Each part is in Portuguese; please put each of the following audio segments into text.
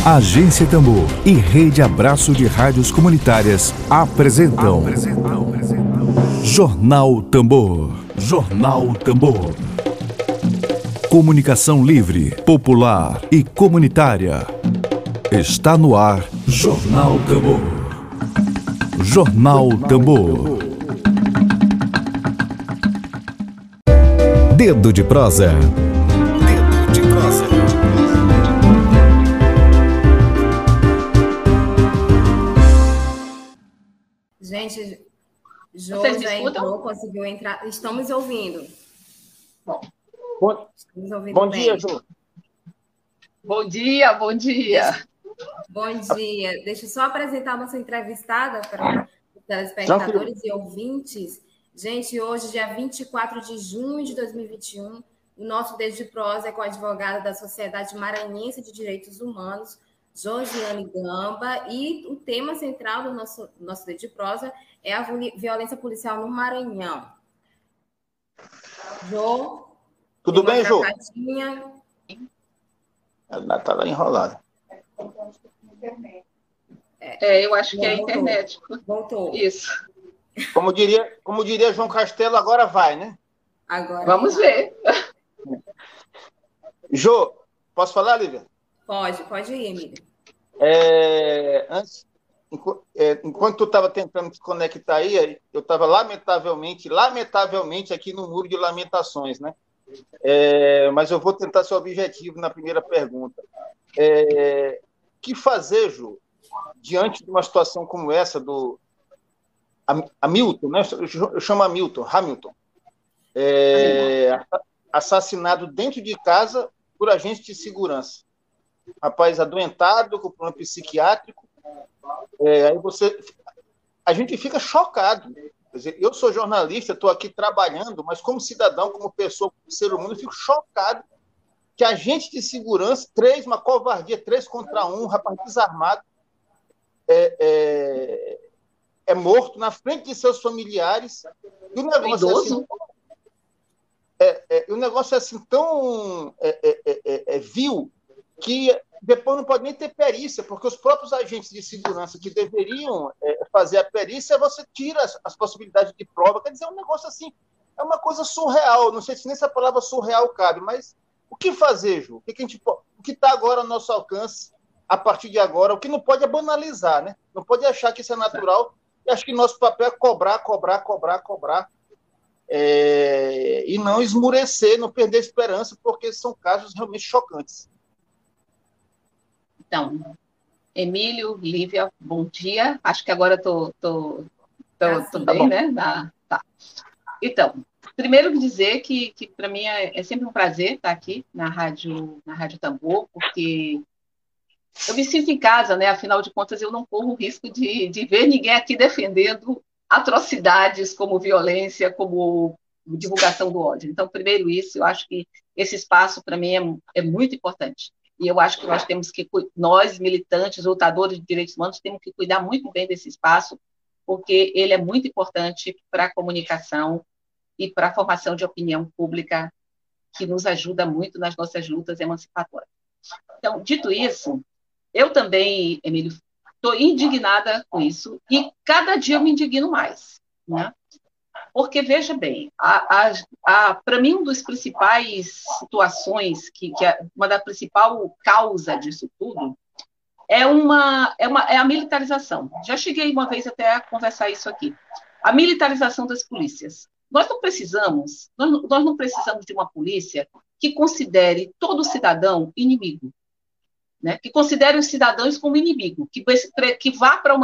Agência Tambor e Rede Abraço de Rádios Comunitárias apresentam Jornal Tambor. Jornal Tambor. Comunicação livre, popular e comunitária. Está no ar Jornal Tambor. Jornal Tambor. Dedo de prosa. Dedo de prosa. Gente, Jô já entrou, conseguiu entrar. Estamos ouvindo. Estamos ouvindo bom dia, Jô. Bom dia, bom dia. Bom dia. Deixa eu só apresentar a nossa entrevistada para os telespectadores e ouvintes. Gente, hoje, dia 24 de junho de 2021, o nosso Dedo de Prosa é com a advogada da Sociedade Maranhense de Direitos Humanos, Josiane Gamba, e o tema central do nosso Dedo de Prosa é a violência policial no Maranhão. Jô? Tudo bem, Jô? Ela está lá enrolada. Eu acho que é a internet. Voltou. Isso. Como diria João Castelo, agora vai, né? Agora vamos ver. Jô, posso falar, Lívia? Pode ir, Emílio. Enquanto tu estava tentando se conectar aí, eu estava lamentavelmente aqui no muro de lamentações, né? Mas eu vou tentar ser objetivo na primeira pergunta. O que fazer, Jô, diante de uma situação como essa do Hamilton, né? Eu chamo Hamilton, assassinado dentro de casa por agentes de segurança. Rapaz adoentado, com problema psiquiátrico. A gente fica chocado. Quer dizer, eu sou jornalista, estou aqui trabalhando, mas como cidadão, como pessoa, como ser humano, eu fico chocado que agente de segurança, uma covardia, 3 contra 1, um rapaz desarmado, é morto na frente de seus familiares. E o negócio é assim tão vil que depois não pode nem ter perícia, porque os próprios agentes de segurança que deveriam fazer a perícia, você tira as possibilidades de prova. Quer dizer, é um negócio assim, é uma coisa surreal. Não sei se nem essa palavra surreal cabe, mas o que fazer, Ju? O que está agora ao nosso alcance, a partir de agora? O que não pode é banalizar, né? Não pode achar que isso é natural. E acho que nosso papel é cobrar. E não esmurecer, não perder a esperança, porque são casos realmente chocantes. Então, Emílio, Lívia, bom dia. Acho que agora estou bem, né? Tá. Então, primeiro dizer que para mim é sempre um prazer estar aqui na Rádio Tambor, porque eu me sinto em casa, né? Afinal de contas, eu não corro o risco de ver ninguém aqui defendendo atrocidades como violência, como divulgação do ódio. Então, primeiro isso, eu acho que esse espaço, para mim, é muito importante. E eu acho que nós, militantes, lutadores de direitos humanos, temos que cuidar muito bem desse espaço, porque ele é muito importante para a comunicação e para a formação de opinião pública, que nos ajuda muito nas nossas lutas emancipatórias. Então, dito isso, eu também, Emílio, estou indignada com isso, e cada dia eu me indigno mais, né? Porque, veja bem, para mim, uma das principais situações, uma da principal causa disso tudo, é a militarização. Já cheguei uma vez até a conversar isso aqui. A militarização das polícias. Nós não precisamos de uma polícia que considere todo cidadão inimigo, né? Que considere os cidadãos como inimigo, que vá para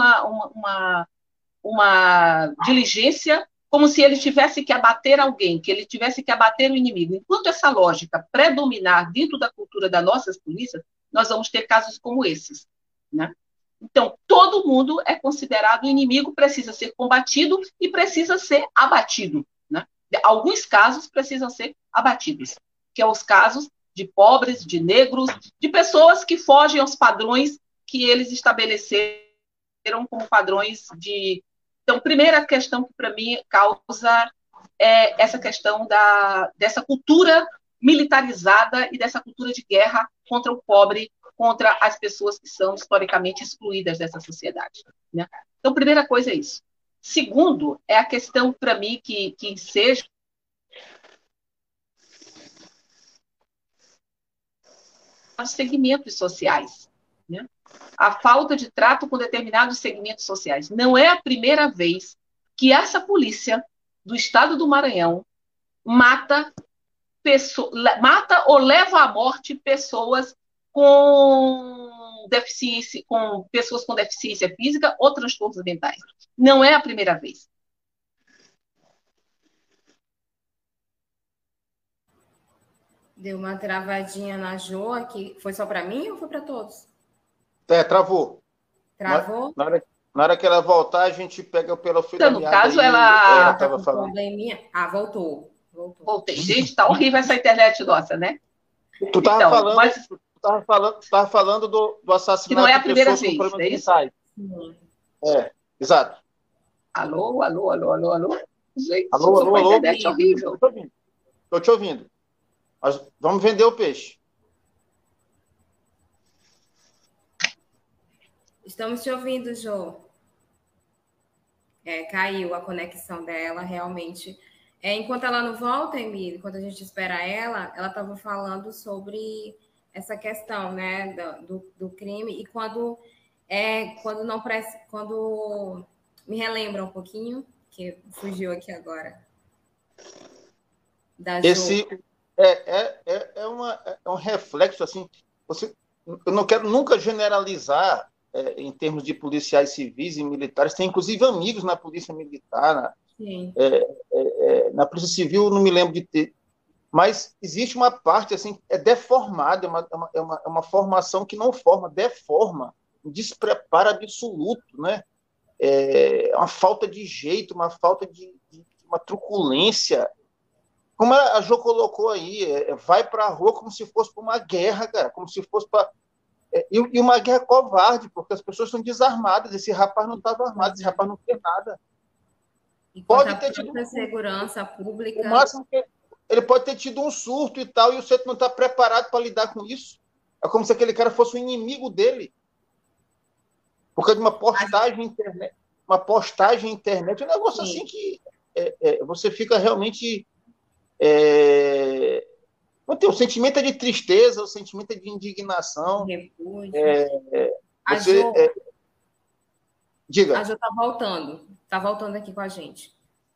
uma diligência como se ele tivesse que abater alguém, que ele tivesse que abater o inimigo. Enquanto essa lógica predominar dentro da cultura das nossas polícias, nós vamos ter casos como esses, né? Então, todo mundo é considerado inimigo, precisa ser combatido e precisa ser abatido, né? Alguns casos precisam ser abatidos, que são os casos de pobres, de negros, de pessoas que fogem aos padrões que eles estabeleceram como padrões de... Então, primeira questão que, para mim, causa essa questão dessa cultura militarizada e dessa cultura de guerra contra o pobre, contra as pessoas que são historicamente excluídas dessa sociedade, né? Então, primeira coisa é isso. Segundo, é a questão, para mim, que seja os segmentos sociais, né? A falta de trato com determinados segmentos sociais. Não é a primeira vez que essa polícia do estado do Maranhão mata ou leva à morte pessoas com deficiência, com pessoas com deficiência física ou transtornos mentais. Não é a primeira vez. Deu uma travadinha na Jo aqui. Foi só para mim ou foi para todos? Travou. Travou? Na hora que ela voltar, a gente pega pelo fio da No meada. caso, aí, ela estava falando. Voltou. Voltei. Gente, tá horrível essa internet nossa, né? Tu estava falando do assassinato que não é a primeira de pessoas vez, com problemas é mentais. Exato. Alô? Gente, Alô? a internet é horrível. Estou te ouvindo. Mas vamos vender o peixe. Estamos te ouvindo, Jo. Caiu a conexão dela, realmente. Enquanto ela não volta, Emílio, enquanto a gente espera ela estava falando sobre essa questão, né, do crime, e quando me relembra um pouquinho, que fugiu aqui agora, da Esse Jo. é um reflexo, assim, eu não quero nunca generalizar em termos de policiais civis e militares, tem inclusive amigos na polícia militar, na polícia civil, não me lembro de ter, mas existe uma parte, assim, deformada, é uma formação que não forma, deforma, um despreparo absoluto, né? Uma falta de jeito, uma falta de uma truculência. Como a Jo colocou aí, vai para a rua como se fosse para uma guerra, cara, como se fosse para... E uma guerra covarde, porque as pessoas estão desarmadas, esse rapaz não estava armado, esse rapaz não fez nada. Pode ter tido segurança pública. O máximo que ele pode ter tido um surto e tal, e o centro não está preparado para lidar com isso. É como se aquele cara fosse o inimigo dele. Por causa de uma postagem internet, um negócio assim que você fica realmente... o sentimento é de tristeza, o sentimento é de indignação. Diga. A Jo está voltando aqui com a gente.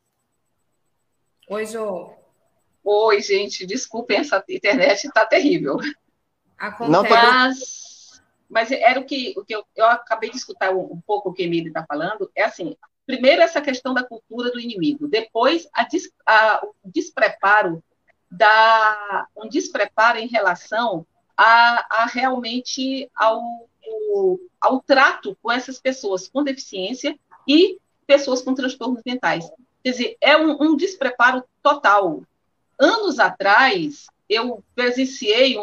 Oi, Jo. Oi, gente, desculpem, essa internet está terrível. Acontece. Mas era o que eu acabei de escutar um pouco o que a Emília está falando, é assim, primeiro essa questão da cultura do inimigo, depois o despreparo um despreparo em relação a realmente ao trato com essas pessoas com deficiência e pessoas com transtornos mentais. Quer dizer, é um despreparo total. Anos atrás, eu presenciei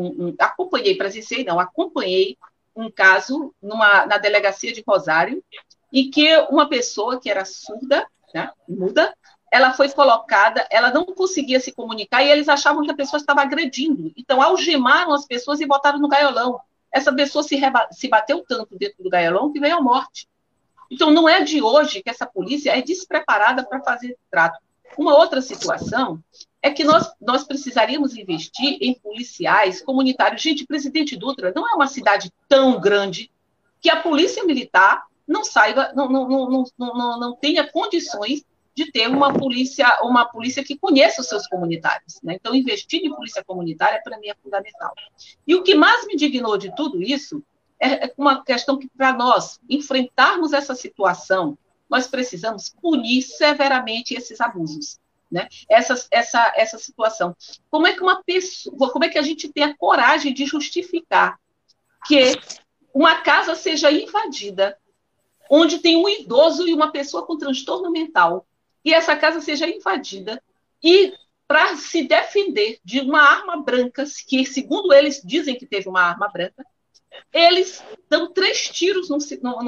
acompanhei um caso na delegacia de Rosário, em que uma pessoa que era surda, né, muda, ela foi colocada, ela não conseguia se comunicar e eles achavam que a pessoa estava agredindo. Então, algemaram as pessoas e botaram no gaiolão. Essa pessoa se bateu tanto dentro do gaiolão que veio à morte. Então, não é de hoje que essa polícia é despreparada para fazer trato. Uma outra situação é que nós precisaríamos investir em policiais comunitários. Gente, Presidente Dutra não é uma cidade tão grande que a polícia militar não saiba, não tenha condições de ter uma polícia que conheça os seus comunitários, né? Então, investir em polícia comunitária, para mim, é fundamental. E o que mais me indignou de tudo isso é uma questão que, para nós enfrentarmos essa situação, nós precisamos punir severamente esses abusos, né? Essa situação. Como é que a gente tem a coragem de justificar que uma casa seja invadida, onde tem um idoso e uma pessoa com transtorno mental, e essa casa seja invadida, e para se defender de uma arma branca, que, segundo eles, dizem que teve uma arma branca, eles dão 3 tiros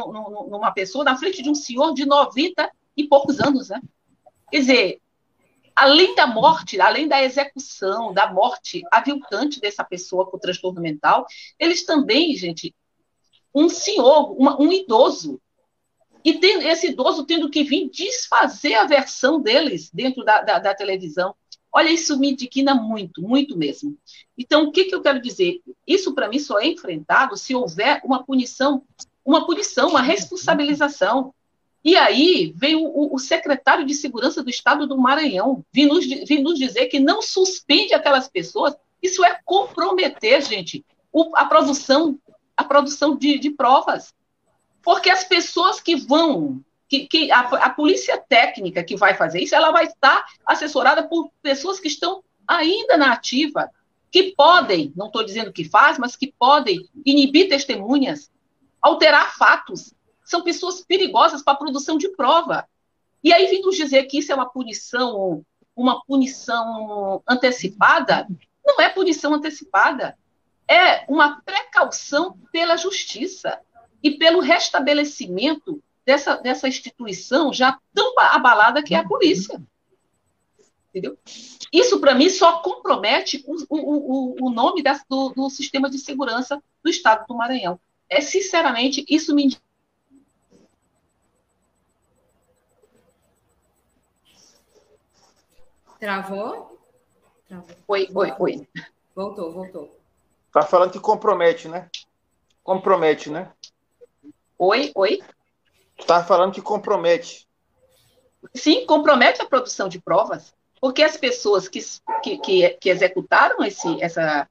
numa pessoa, na frente de um senhor de 90 e poucos anos, né? Quer dizer, além da morte, além da execução, da morte aviltante dessa pessoa com transtorno mental, eles também, gente, um senhor, um idoso, e esse idoso tendo que vir desfazer a versão deles dentro da televisão. Olha, isso me indigna muito, muito mesmo. Então, o que eu quero dizer? Isso, para mim, só é enfrentado se houver uma punição, uma responsabilização. E aí veio o secretário de Segurança do Estado do Maranhão vir nos dizer que não suspende aquelas pessoas. Isso é comprometer, gente, a produção de provas. Porque as pessoas que vão, a polícia técnica que vai fazer isso, ela vai estar assessorada por pessoas que estão ainda na ativa, que podem, não estou dizendo que faz, mas que podem inibir testemunhas, alterar fatos. São pessoas perigosas para a produção de prova. E aí vem nos dizer que isso é uma punição antecipada. Não é punição antecipada. É uma precaução pela justiça e pelo restabelecimento dessa instituição já tão abalada que é a polícia. Entendeu? Isso, para mim, só compromete o nome do sistema de segurança do Estado do Maranhão. Sinceramente, isso me... Travou? Oi. Voltou. Tá falando que compromete, né? Compromete, né? Oi? Tu estava falando que compromete. Sim, compromete a produção de provas, porque as pessoas que executaram essa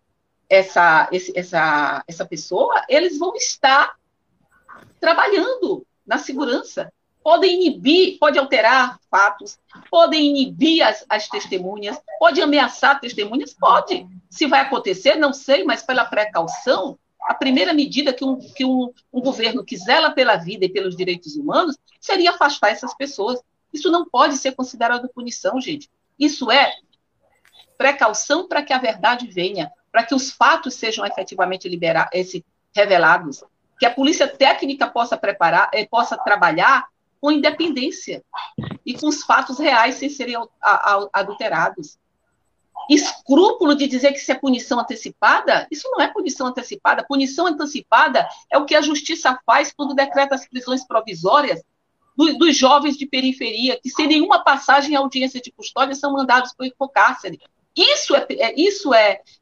pessoa, eles vão estar trabalhando na segurança. Podem inibir, pode alterar fatos, podem inibir as testemunhas, pode ameaçar testemunhas, pode. Se vai acontecer, não sei, mas pela precaução, a primeira medida que um governo que zela pela vida e pelos direitos humanos seria afastar essas pessoas. Isso não pode ser considerado punição, gente. Isso é precaução para que a verdade venha, para que os fatos sejam efetivamente revelados, que a polícia técnica possa trabalhar com independência e com os fatos reais sem serem adulterados. Escrúpulo de dizer que isso é punição antecipada? Isso não é punição antecipada. Punição antecipada é o que a justiça faz quando decreta as prisões provisórias dos jovens de periferia, que sem nenhuma passagem em audiência de custódia são mandados para o cárcere. Isso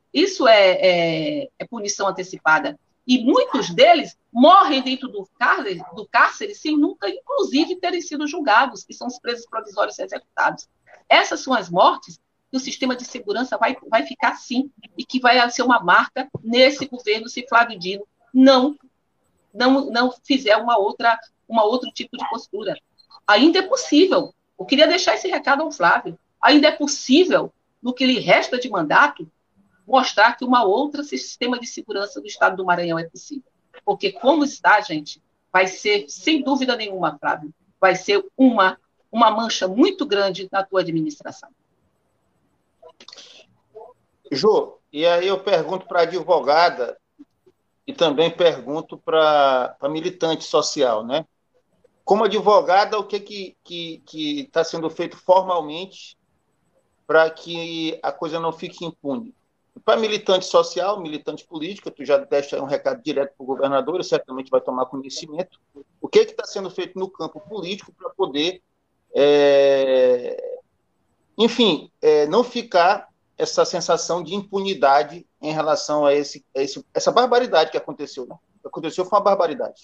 é punição antecipada. E muitos deles morrem dentro do cárcere sem nunca, inclusive, terem sido julgados, que são os presos provisórios executados. Essas são as mortes que o sistema de segurança vai ficar sim, e que vai ser uma marca nesse governo, se Flávio Dino não fizer outro tipo de postura. Ainda é possível, eu queria deixar esse recado ao Flávio, ainda é possível, no que lhe resta de mandato, mostrar que uma outra sistema de segurança do Estado do Maranhão é possível. Porque como está, gente, vai ser, sem dúvida nenhuma, Flávio, vai ser uma mancha muito grande na tua administração. Jô, e aí eu pergunto para a advogada e também pergunto para a militante social, né? Como advogada, o que está sendo feito formalmente para que a coisa não fique impune? Para militante social, militante política, tu já deste um recado direto para o governador, ele certamente vai tomar conhecimento. O que está sendo feito no campo político para poder, não ficar essa sensação de impunidade em relação a essa barbaridade que aconteceu, né? O que aconteceu foi uma barbaridade.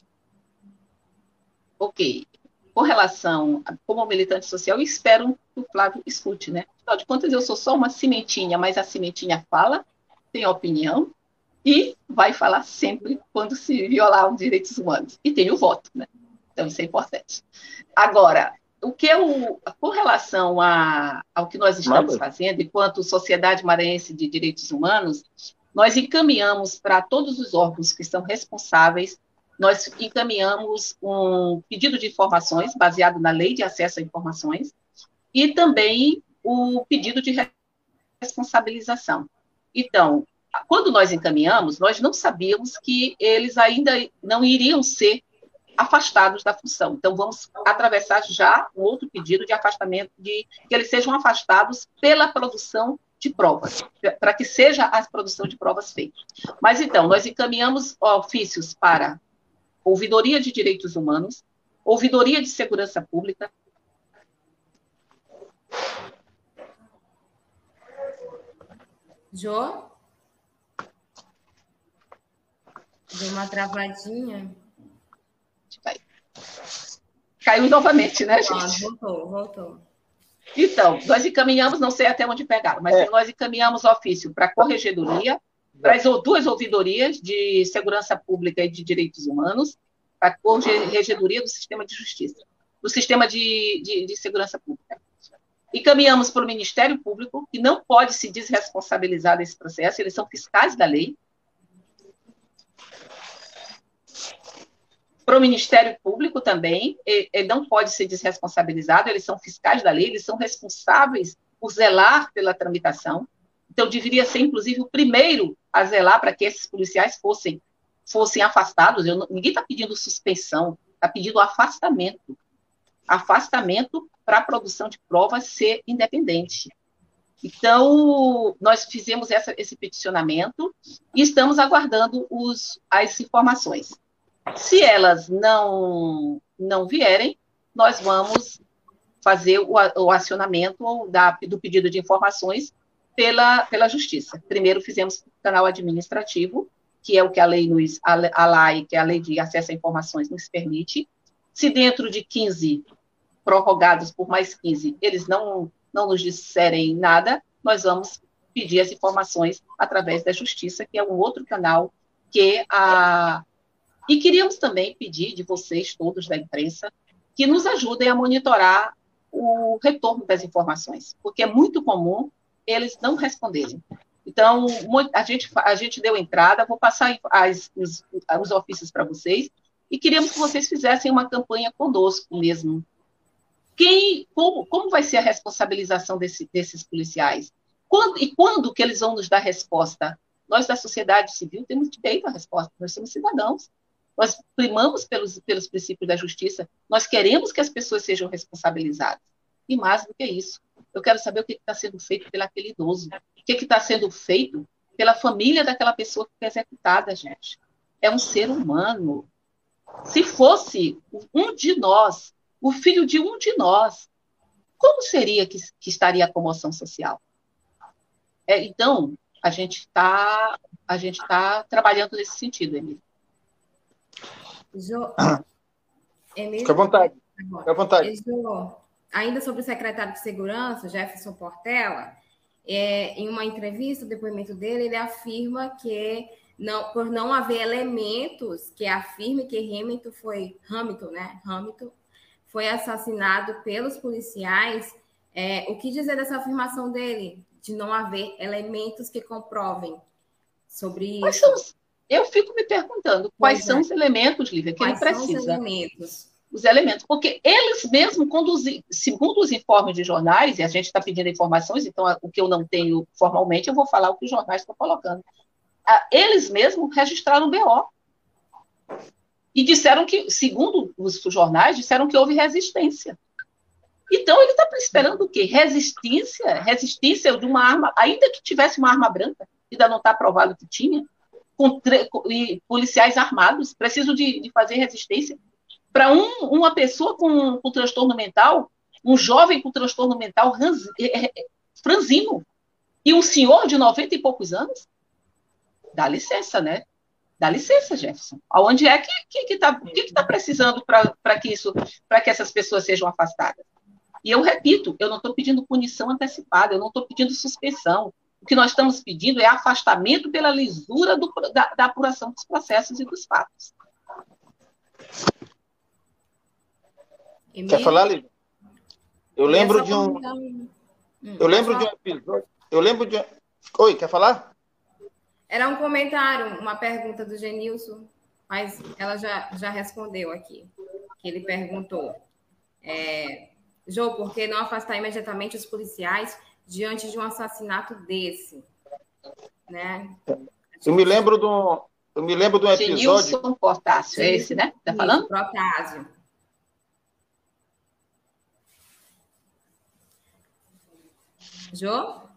Ok. Com relação como militante social, eu espero que o Flávio escute, né? Afinal de contas, eu sou só uma cimentinha, mas a cimentinha fala, tem opinião e vai falar sempre quando se violar os direitos humanos. E tem o voto, né? Então, isso é importante. Agora, com relação ao que nós estamos fazendo, enquanto Sociedade Maranhense de Direitos Humanos, nós encaminhamos para todos os órgãos que são responsáveis, nós encaminhamos um pedido de informações baseado na Lei de Acesso a Informações e também o pedido de responsabilização. Então, quando nós encaminhamos, nós não sabíamos que eles ainda não iriam ser afastados da função. Então, vamos atravessar já um outro pedido de afastamento, de que eles sejam afastados pela produção de provas, para que seja a produção de provas feita. Mas, então, nós encaminhamos ofícios para Ouvidoria de Direitos Humanos, Ouvidoria de Segurança Pública, Jô? Deu uma travadinha. Caiu novamente, né, gente? Voltou. Então, nós encaminhamos, não sei até onde pegaram, mas nós encaminhamos ofício para a Corregedoria, para as duas ouvidorias de Segurança Pública e de Direitos Humanos, para a Corregedoria do Sistema de Justiça, do Sistema de Segurança Pública. Encaminhamos para o Ministério Público, que não pode se desresponsabilizar desse processo, eles são fiscais da lei. Para o Ministério Público também, ele não pode ser desresponsabilizado, eles são fiscais da lei, eles são responsáveis por zelar pela tramitação. Então, deveria ser, inclusive, o primeiro a zelar para que esses policiais fossem afastados. Ninguém está pedindo suspensão, está pedindo afastamento. Afastamento para a produção de provas ser independente. Então, nós fizemos esse peticionamento e estamos aguardando as informações. Se elas não vierem, nós vamos fazer o acionamento do pedido de informações pela Justiça. Primeiro fizemos o canal administrativo, que é o que a lei que é a Lei de Acesso a Informações, nos permite. Se dentro de 15 prorrogados por mais 15, eles não nos disserem nada, nós vamos pedir as informações através da Justiça, que é um outro canal E queríamos também pedir de vocês todos da imprensa que nos ajudem a monitorar o retorno das informações, porque é muito comum eles não responderem. Então, a gente deu entrada, vou passar os ofícios para vocês, e queríamos que vocês fizessem uma campanha conosco mesmo. Como vai ser a responsabilização desses policiais? Quando que eles vão nos dar resposta? Nós, da sociedade civil, temos direito à resposta, nós somos cidadãos. Nós primamos pelos princípios da justiça, nós queremos que as pessoas sejam responsabilizadas. E mais do que isso, eu quero saber o que está sendo feito pelaquele idoso, o que está sendo feito pela família daquela pessoa que foi executada, gente. É um ser humano. Se fosse um de nós, o filho de um de nós, como seria que estaria a comoção social? Então, a gente está trabalhando nesse sentido, Emílio. Fica à vontade. Fica à vontade. Ainda sobre o secretário de Segurança, Jefferson Portela, em uma entrevista, o depoimento dele, ele afirma que, por não haver elementos que afirmem que Hamilton foi assassinado pelos policiais, o que dizer dessa afirmação dele, de não haver elementos que comprovem sobre isso? Eu fico me perguntando quais são os elementos, Lívia, que ele precisa. Os elementos, porque eles mesmos, segundo os informes de jornais, e a gente está pedindo informações, então o que eu não tenho formalmente, eu vou falar o que os jornais estão colocando. Eles mesmos registraram o BO. E disseram que, segundo os jornais, disseram que houve resistência. Então, ele está esperando o quê? Resistência de uma arma, ainda que tivesse uma arma branca, ainda não está provado que tinha, e policiais armados, preciso de fazer resistência para uma pessoa com transtorno mental, um jovem com transtorno mental franzino, e um senhor de 90 e poucos anos? Dá licença, né? Dá licença, Jefferson. Aonde é que está precisando para que essas pessoas sejam afastadas? E eu repito, eu não estou pedindo punição antecipada, eu não estou pedindo suspensão. O que nós estamos pedindo é afastamento pela lisura da apuração dos processos e dos fatos. Quer falar, Lívia? Eu lembro de um episódio. Oi, quer falar? Era um comentário, uma pergunta do Genilson, mas ela já respondeu aqui, que ele perguntou. Jô, por que não afastar imediatamente os policiais diante de um assassinato desse? Né? Eu me lembro Eu me lembro de um episódio... Genilson Portácio, é esse, né? Tá falando? Protásio. Jô?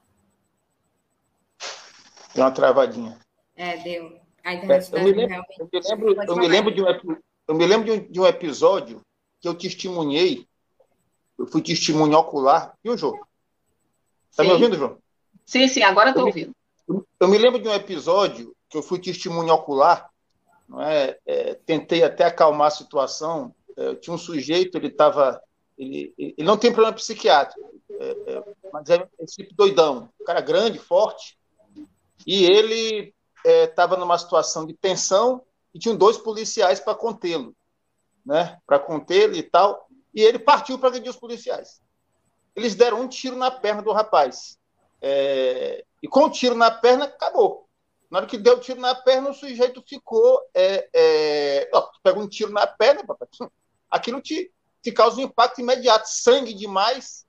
Deu uma travadinha. Deu. A internet eu me lembro de um episódio que eu testemunhei. Eu fui testemunho ocular. Viu, Jô? Tá me ouvindo, Jô? Sim, agora estou ouvindo. Eu me lembro de um episódio que eu fui testemunho ocular, não é? Tentei até acalmar a situação. Tinha um sujeito, ele não tem problema psiquiátrico, mas é esse tipo doidão, um cara grande, forte, e ele estava numa situação de tensão e tinham 2 policiais para contê-lo, né? Para contê-lo e tal, e ele partiu para agredir os policiais. Eles deram um tiro na perna do rapaz. E com o tiro na perna, acabou. Na hora que deu o tiro na perna, o sujeito ficou... pega um tiro na perna, papai, aquilo te causa um impacto imediato, sangue demais.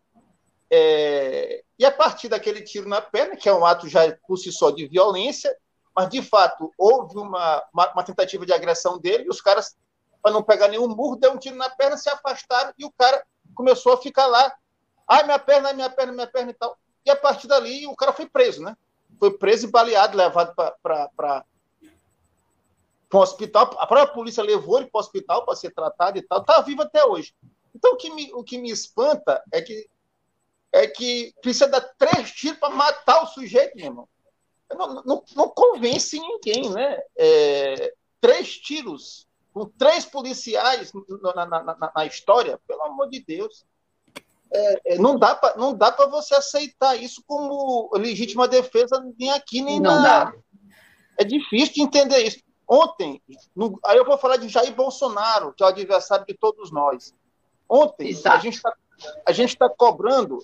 E a partir daquele tiro na perna, que é um ato já por si só de violência, mas, de fato, houve uma tentativa de agressão dele, e os caras, para não pegar nenhum murro, deu um tiro na perna, se afastaram, e o cara começou a ficar lá. Ai, minha perna e tal. E a partir dali, o cara foi preso, né? Foi preso e baleado, levado para um hospital. A própria polícia levou ele para o hospital para ser tratado e tal. Está vivo até hoje. Então, o que me espanta é que precisa dar 3 tiros para matar o sujeito, meu irmão. Não convence ninguém, né? 3 tiros com 3 policiais na história, pelo amor de Deus. Não dá para você aceitar isso como legítima defesa nem aqui, nem não dá. É difícil de entender isso. Ontem, aí eu vou falar de Jair Bolsonaro, que é o adversário de todos nós. Ontem, exato, a gente está cobrando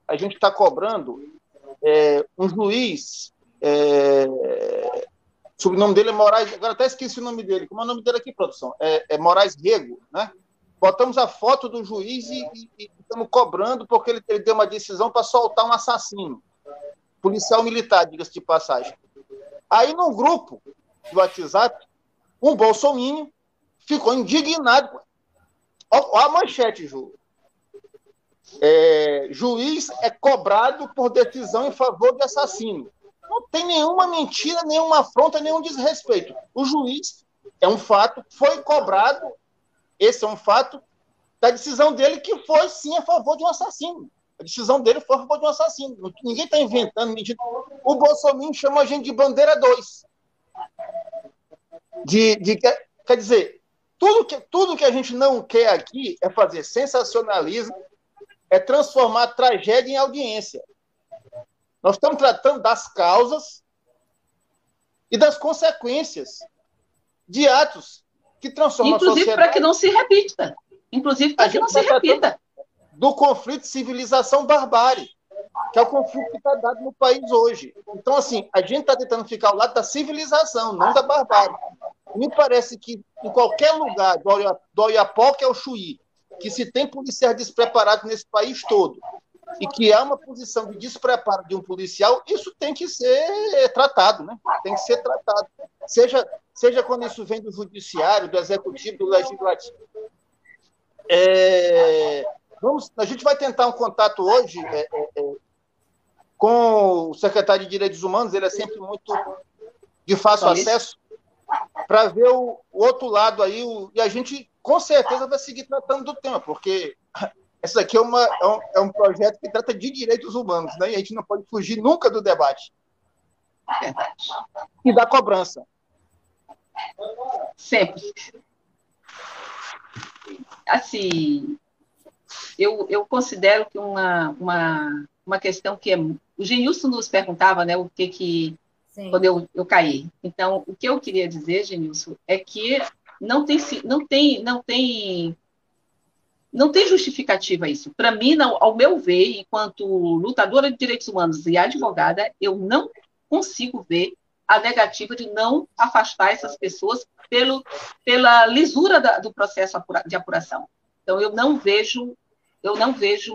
um juiz, o sobrenome dele é Moraes, agora até esqueci o nome dele. Como é o nome dele aqui, produção? Moraes Rego, né? Botamos a foto do juiz e estamos cobrando porque ele deu uma decisão para soltar um assassino. Policial militar, diga-se de passagem. Aí, num grupo do WhatsApp, um bolsominion ficou indignado. Olha a manchete, Ju. Juiz é cobrado por decisão em favor de assassino. Não tem nenhuma mentira, nenhuma afronta, nenhum desrespeito. O juiz, é um fato, foi cobrado. Esse é um fato da decisão dele, que foi, sim, a favor de um assassino. A decisão dele foi a favor de um assassino. Ninguém está inventando mentira. O Bolsonaro chama a gente de bandeira 2. Quer dizer, tudo que a gente não quer aqui é fazer sensacionalismo, é transformar a tragédia em audiência. Nós estamos tratando das causas e das consequências de atos que transforma a sociedade... Inclusive para que não se repita. Inclusive para que não se repita. Do conflito civilização-barbárie, que é o conflito que está dado no país hoje. Então, assim, a gente está tentando ficar ao lado da civilização, não da barbárie. Me parece que em qualquer lugar, do Oiapoque ao Chuí, que se tem policiais despreparados nesse país todo, e que há uma posição de despreparo de um policial, isso tem que ser tratado, né? Tem que ser tratado. Seja quando isso vem do judiciário, do executivo, do legislativo. A gente vai tentar um contato hoje com o secretário de Direitos Humanos, ele é sempre muito de fácil acesso, para ver o outro lado aí, e a gente com certeza vai seguir tratando do tema, porque esse aqui é um projeto que trata de direitos humanos, né? E a gente não pode fugir nunca do debate. Verdade. E da cobrança. Sempre. Assim, eu considero que uma questão que o Genilson nos perguntava, né, o que quando eu caí. Então, o que eu queria dizer, Genilson, é que não tem justificativa isso. Para mim, não, ao meu ver, enquanto lutadora de direitos humanos e advogada, eu não consigo ver a negativa de não afastar essas pessoas pela lisura do processo de apuração. Então, eu não vejo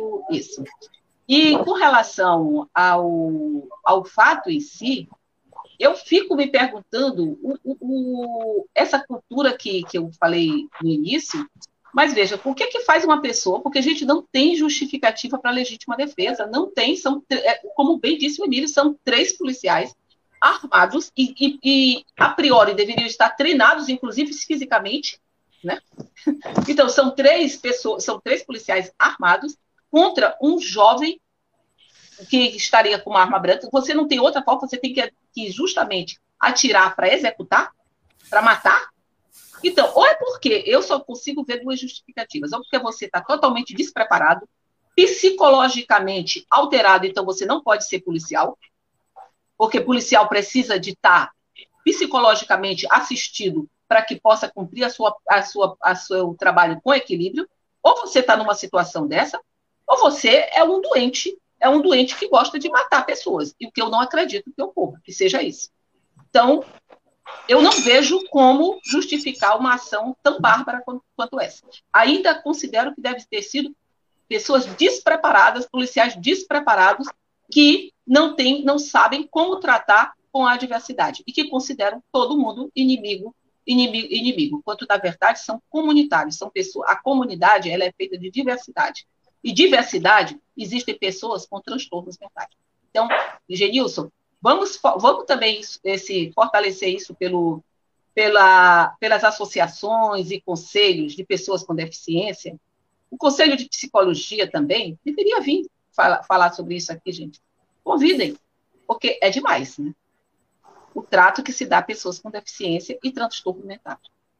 isso. E com relação ao fato em si, eu fico me perguntando essa cultura que eu falei no início, mas veja, por que faz uma pessoa? Porque a gente não tem justificativa para legítima defesa, não tem, como bem disse o Emílio, são 3 policiais armados e a priori deveriam estar treinados, inclusive fisicamente, né? Então, são 3 policiais armados contra um jovem que estaria com uma arma branca. Você não tem outra forma, você tem que justamente atirar para executar, para matar. Então, ou é porque eu só consigo ver 2 justificativas, ou porque você está totalmente despreparado, psicologicamente alterado, então você não pode ser policial, porque policial precisa de estar psicologicamente assistido para que possa cumprir seu trabalho com equilíbrio, ou você está numa situação dessa, ou você é um doente que gosta de matar pessoas, e o que eu não acredito que ocorra, que seja isso. Então, eu não vejo como justificar uma ação tão bárbara quanto essa. Ainda considero que deve ter sido pessoas despreparadas, policiais despreparados, que não sabem como tratar com a adversidade, e que consideram todo mundo inimigo, quanto, na verdade, são comunitários, são pessoas. A comunidade, ela é feita de diversidade. E diversidade, existem pessoas com transtornos mentais. Então, Genilson, vamos também fortalecer isso pelas associações e conselhos de pessoas com deficiência. O Conselho de Psicologia também deveria vir falar sobre isso aqui, gente. Convidem, porque é demais, né? O trato que se dá a pessoas com deficiência e transtorno mental.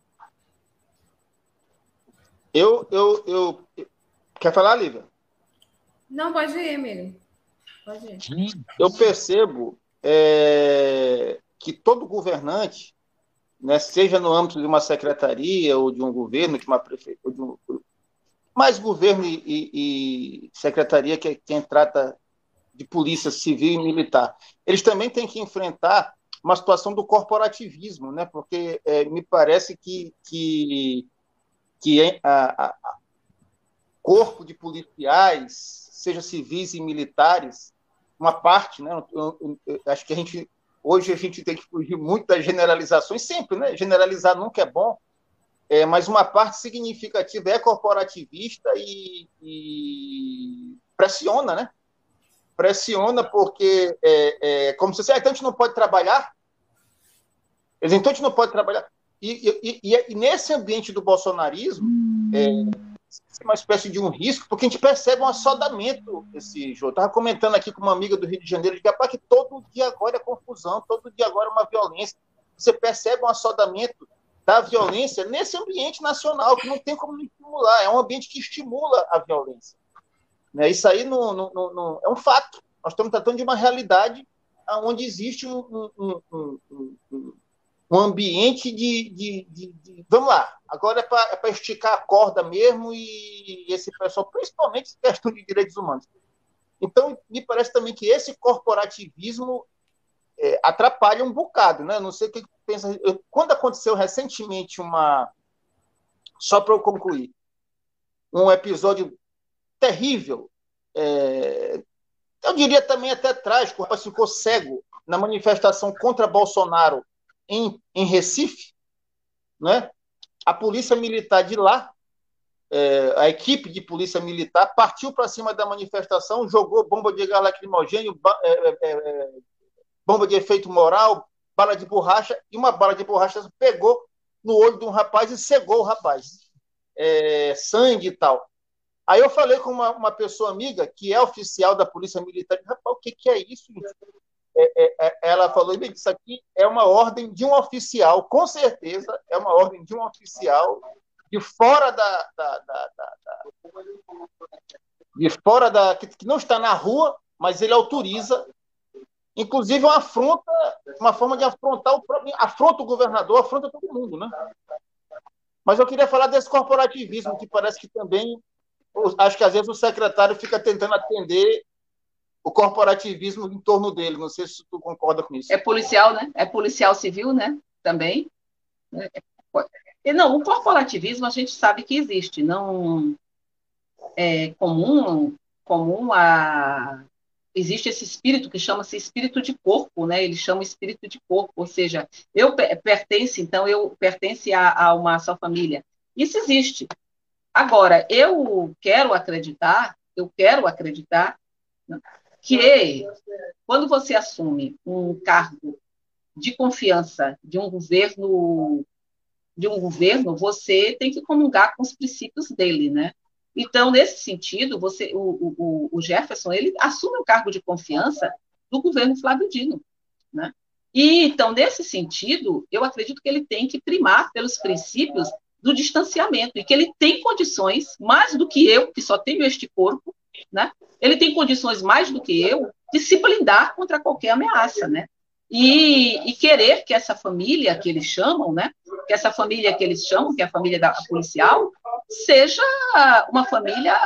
Quer falar, Lívia? Não, pode ir, Emílio. Pode ir. Eu percebo que todo governante, né, seja no âmbito de uma secretaria ou de um governo, que uma prefeitura, mais governo e secretaria, que é quem trata de polícia civil e militar, eles também têm que enfrentar uma situação do corporativismo, né? Porque me parece que corpo de policiais, seja civis e militares, uma parte, né? Eu acho que hoje a gente tem que fugir muito das generalizações, sempre, né? Generalizar nunca é bom, mas uma parte significativa é corporativista e pressiona, né? Pressiona porque, como se então a gente não pode trabalhar, então a gente não pode trabalhar. E nesse ambiente do bolsonarismo, é uma espécie de um risco, porque a gente percebe um assodamento desse jogo. Eu estava comentando aqui com uma amiga do Rio de Janeiro, que todo dia agora é confusão, todo dia agora é uma violência. Você percebe um assodamento da violência nesse ambiente nacional, que não tem como estimular, é um ambiente que estimula a violência. Né? Isso aí não é um fato. Nós estamos tratando de uma realidade onde existe um ambiente vamos lá, agora é para esticar a corda mesmo, e esse pessoal, principalmente questão de direitos humanos. Então, me parece também que esse corporativismo atrapalha um bocado, né? Não sei o que pensa. Quando aconteceu recentemente só para eu concluir, um episódio terrível, eu diria também até trágico, o rapaz ficou cego na manifestação contra Bolsonaro em Recife, né? A polícia militar de lá, a equipe de polícia militar partiu para cima da manifestação, jogou bomba de gás lacrimogêneo, bomba de efeito moral, bala de borracha, e uma bala de borracha pegou no olho de um rapaz e cegou o rapaz. Sangue e tal. Aí eu falei com uma pessoa amiga, que é oficial da Polícia Militar, rapaz, o que é isso? Ela falou, isso aqui é uma ordem de um oficial, com certeza é uma ordem de um oficial de fora que não está na rua, mas ele autoriza, inclusive uma forma de afrontar afronta o governador, afronta todo mundo, né? Mas eu queria falar desse corporativismo, que parece que também, acho que às vezes o secretário fica tentando atender o corporativismo em torno dele. Não sei se tu concorda com isso. É policial, né? É policial civil, né? Também. Não, o corporativismo a gente sabe que existe. Não é comum existe esse espírito que chama-se espírito de corpo, né? Eles chamam espírito de corpo, ou seja, eu pertenço a uma só família. Isso existe. Agora, eu quero acreditar, né, que quando você assume um cargo de confiança de um governo, você tem que comungar com os princípios dele, né? Então, nesse sentido, o Jefferson, ele assume o cargo de confiança do governo Flávio Dino, né? E, então, nesse sentido, eu acredito que ele tem que primar pelos princípios do distanciamento, e que ele tem condições, mais do que eu, que só tenho este corpo, né? Ele tem condições mais do que eu de se blindar contra qualquer ameaça, né? E querer que essa família que eles chamam, né? Que é a família da policial, seja uma família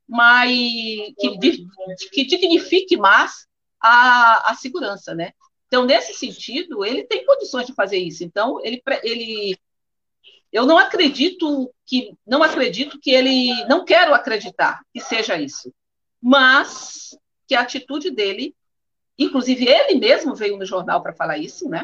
que dignifique mais a segurança, né? Então, nesse sentido, ele tem condições de fazer isso. Então, eu não acredito que ele, não quero acreditar que seja isso, mas que a atitude dele, inclusive ele mesmo veio no jornal para falar isso, né?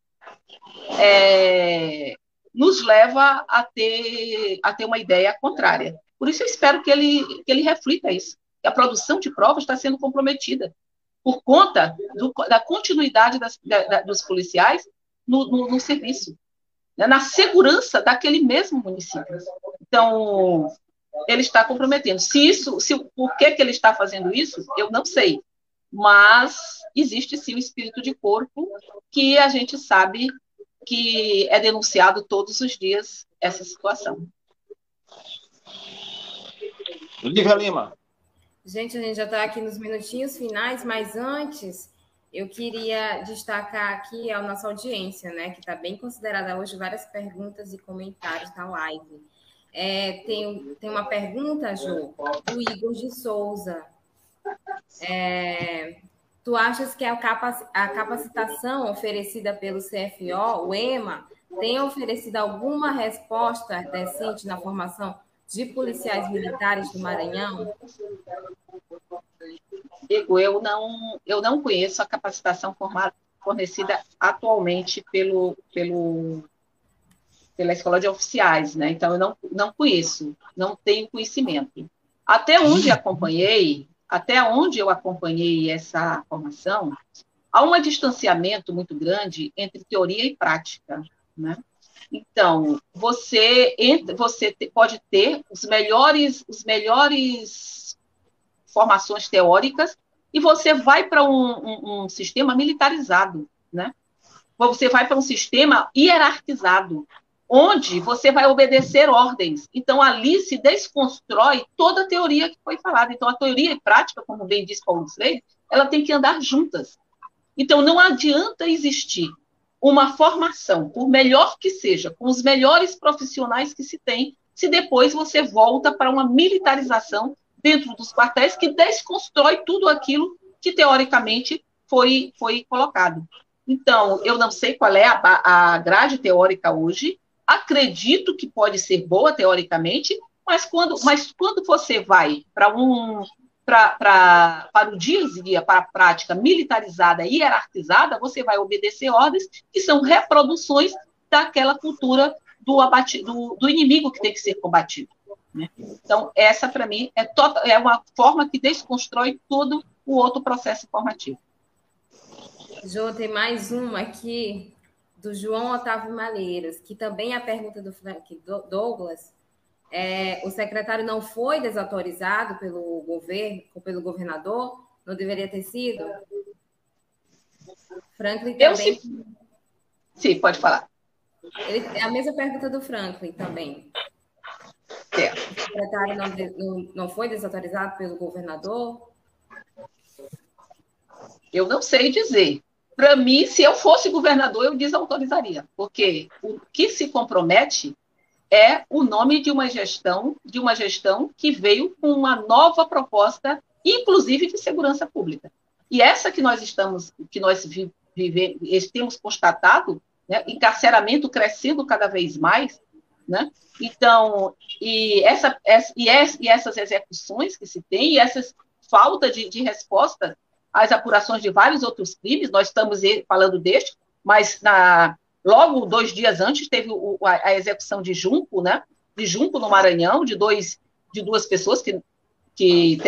Nos leva a ter uma ideia contrária. Por isso eu espero que ele reflita isso, que a produção de provas está sendo comprometida por conta da continuidade dos policiais no serviço, né, na segurança daquele mesmo município. Então, ele está comprometendo. Por que ele está fazendo isso, eu não sei, mas existe sim o espírito de corpo que a gente sabe que é denunciado todos os dias essa situação. Lívia Lima. Gente, a gente já está aqui nos minutinhos finais, mas antes eu queria destacar aqui a nossa audiência, né, que está bem considerada hoje, várias perguntas e comentários na live. Tem uma pergunta, Jô, do Igor de Souza. Tu achas que a capacitação oferecida pelo CFO, o EMA, tem oferecido alguma resposta decente na formação de policiais militares do Maranhão? Digo, eu não conheço a capacitação fornecida atualmente pela Escola de Oficiais, né? Então, eu não conheço, não tenho conhecimento. Até onde eu acompanhei essa formação, há um distanciamento muito grande entre teoria e prática, né? Então, você pode ter os melhores formações teóricas e você vai para um sistema militarizado, né? Você vai para um sistema hierarquizado, onde você vai obedecer ordens. Então, ali se desconstrói toda a teoria que foi falada. Então, a teoria e prática, como bem disse Paulo Freire, ela tem que andar juntas. Então, não adianta existir uma formação, por melhor que seja, com os melhores profissionais que se tem, se depois você volta para uma militarização dentro dos quartéis que desconstrói tudo aquilo que, teoricamente, foi colocado. Então, eu não sei qual é a grade teórica hoje, acredito que pode ser boa, teoricamente, mas quando você vai para o dia a dia, para a prática militarizada e hierarquizada, você vai obedecer ordens que são reproduções daquela cultura do inimigo que tem que ser combatido, né? Então, essa, para mim, é uma forma que desconstrói todo o outro processo formativo. Jô, tem mais uma aqui, do João Otávio Malheiros, que também é a pergunta do Frank Douglas. O secretário não foi desautorizado pelo governo, pelo governador? Não deveria ter sido? Franklin também. Sim, pode falar. É a mesma pergunta do Franklin também. O secretário não foi desautorizado pelo governador? Eu não sei dizer. Para mim, se eu fosse governador, eu desautorizaria, porque o que se compromete é o nome de uma gestão que veio com uma nova proposta, inclusive de segurança pública. E essa que nós temos constatado, né, encarceramento crescendo cada vez mais, né? Então, essas execuções que se tem, e essa falta de resposta as apurações de vários outros crimes, nós estamos falando deste, mas logo 2 dias antes teve a execução de Junco, né? De Junco, no Maranhão, de duas pessoas que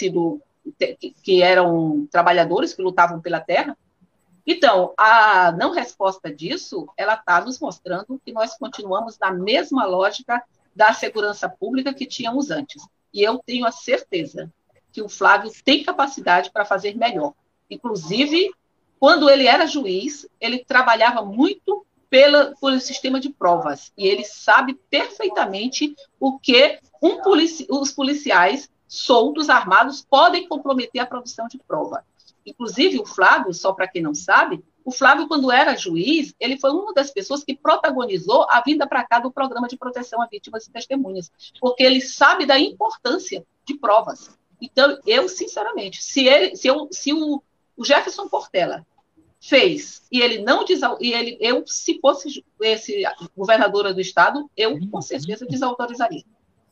eram trabalhadores que lutavam pela terra. Então, a não resposta disso, ela está nos mostrando que nós continuamos na mesma lógica da segurança pública que tínhamos antes. E eu tenho a certeza que o Flávio tem capacidade para fazer melhor. Inclusive, quando ele era juiz, ele trabalhava muito pelo sistema de provas. E ele sabe perfeitamente o que os policiais soltos, armados, podem comprometer a produção de prova. Inclusive, o Flávio, só para quem não sabe, o Flávio, quando era juiz, ele foi uma das pessoas que protagonizou a vinda para cá do programa de proteção a vítimas e testemunhas, porque ele sabe da importância de provas. Então, eu, sinceramente, se o Jefferson Portela fez, e ele não se fosse governadora do estado, eu, com certeza, desautorizaria.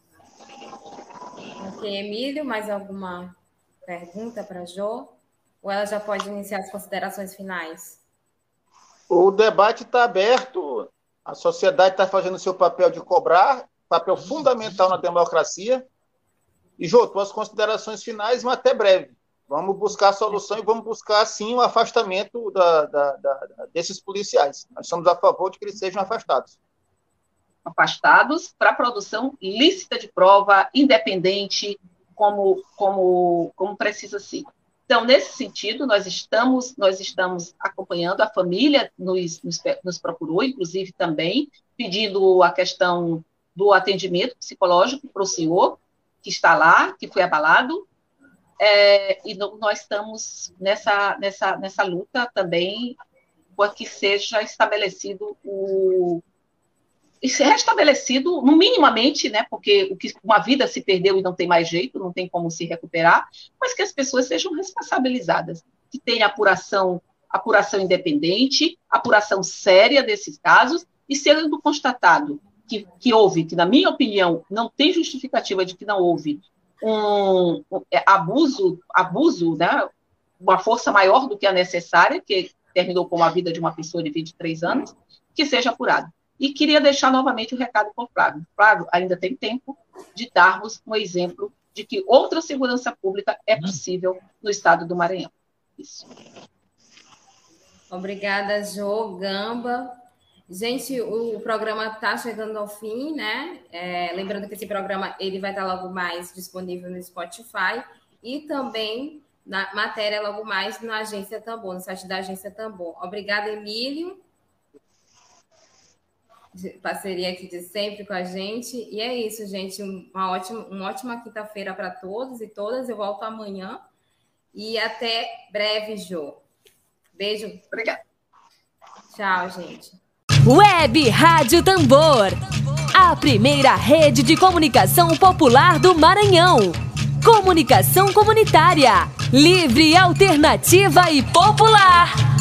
Ok, Emílio, mais alguma pergunta para a Jo? Ou ela já pode iniciar as considerações finais? O debate está aberto, a sociedade está fazendo o seu papel de cobrar, papel fundamental na democracia. E, Jô, tuas considerações finais, mas até breve. Vamos buscar a solução e vamos buscar, sim, o afastamento desses policiais. Nós somos a favor de que eles sejam afastados. Afastados para produção lícita de prova, independente, como precisa ser. Então, nesse sentido, nós estamos acompanhando, a família nos procurou, inclusive também, pedindo a questão do atendimento psicológico para o senhor, que está lá, que foi abalado, e nós estamos nessa luta também, para que seja estabelecido restabelecido, no minimamente, né, porque uma vida se perdeu e não tem mais jeito, não tem como se recuperar, mas que as pessoas sejam responsabilizadas, que tenha apuração independente, apuração séria desses casos, e sendo constatado que houve, que na minha opinião não tem justificativa de que não houve abuso, né, uma força maior do que a necessária, que terminou com a vida de uma pessoa de 23 anos, que seja apurado. E queria deixar novamente o recado para o Flávio. Flávio, ainda tem tempo de darmos um exemplo de que outra segurança pública é possível no estado do Maranhão. Isso. Obrigada, Jo, Gamba. Gente, o programa está chegando ao fim, né? Lembrando que esse programa ele vai estar logo mais disponível no Spotify e também na matéria logo mais na Agência Tambor, no site da Agência Tambor. Obrigada, Emílio. Parceria aqui de sempre com a gente. E é isso, gente. Uma ótima quinta-feira para todos e todas. Eu volto amanhã. E até breve, Jo. Beijo. Obrigada. Tchau, gente. Web Rádio Tambor. A primeira rede de comunicação popular do Maranhão. Comunicação comunitária. Livre, alternativa e popular.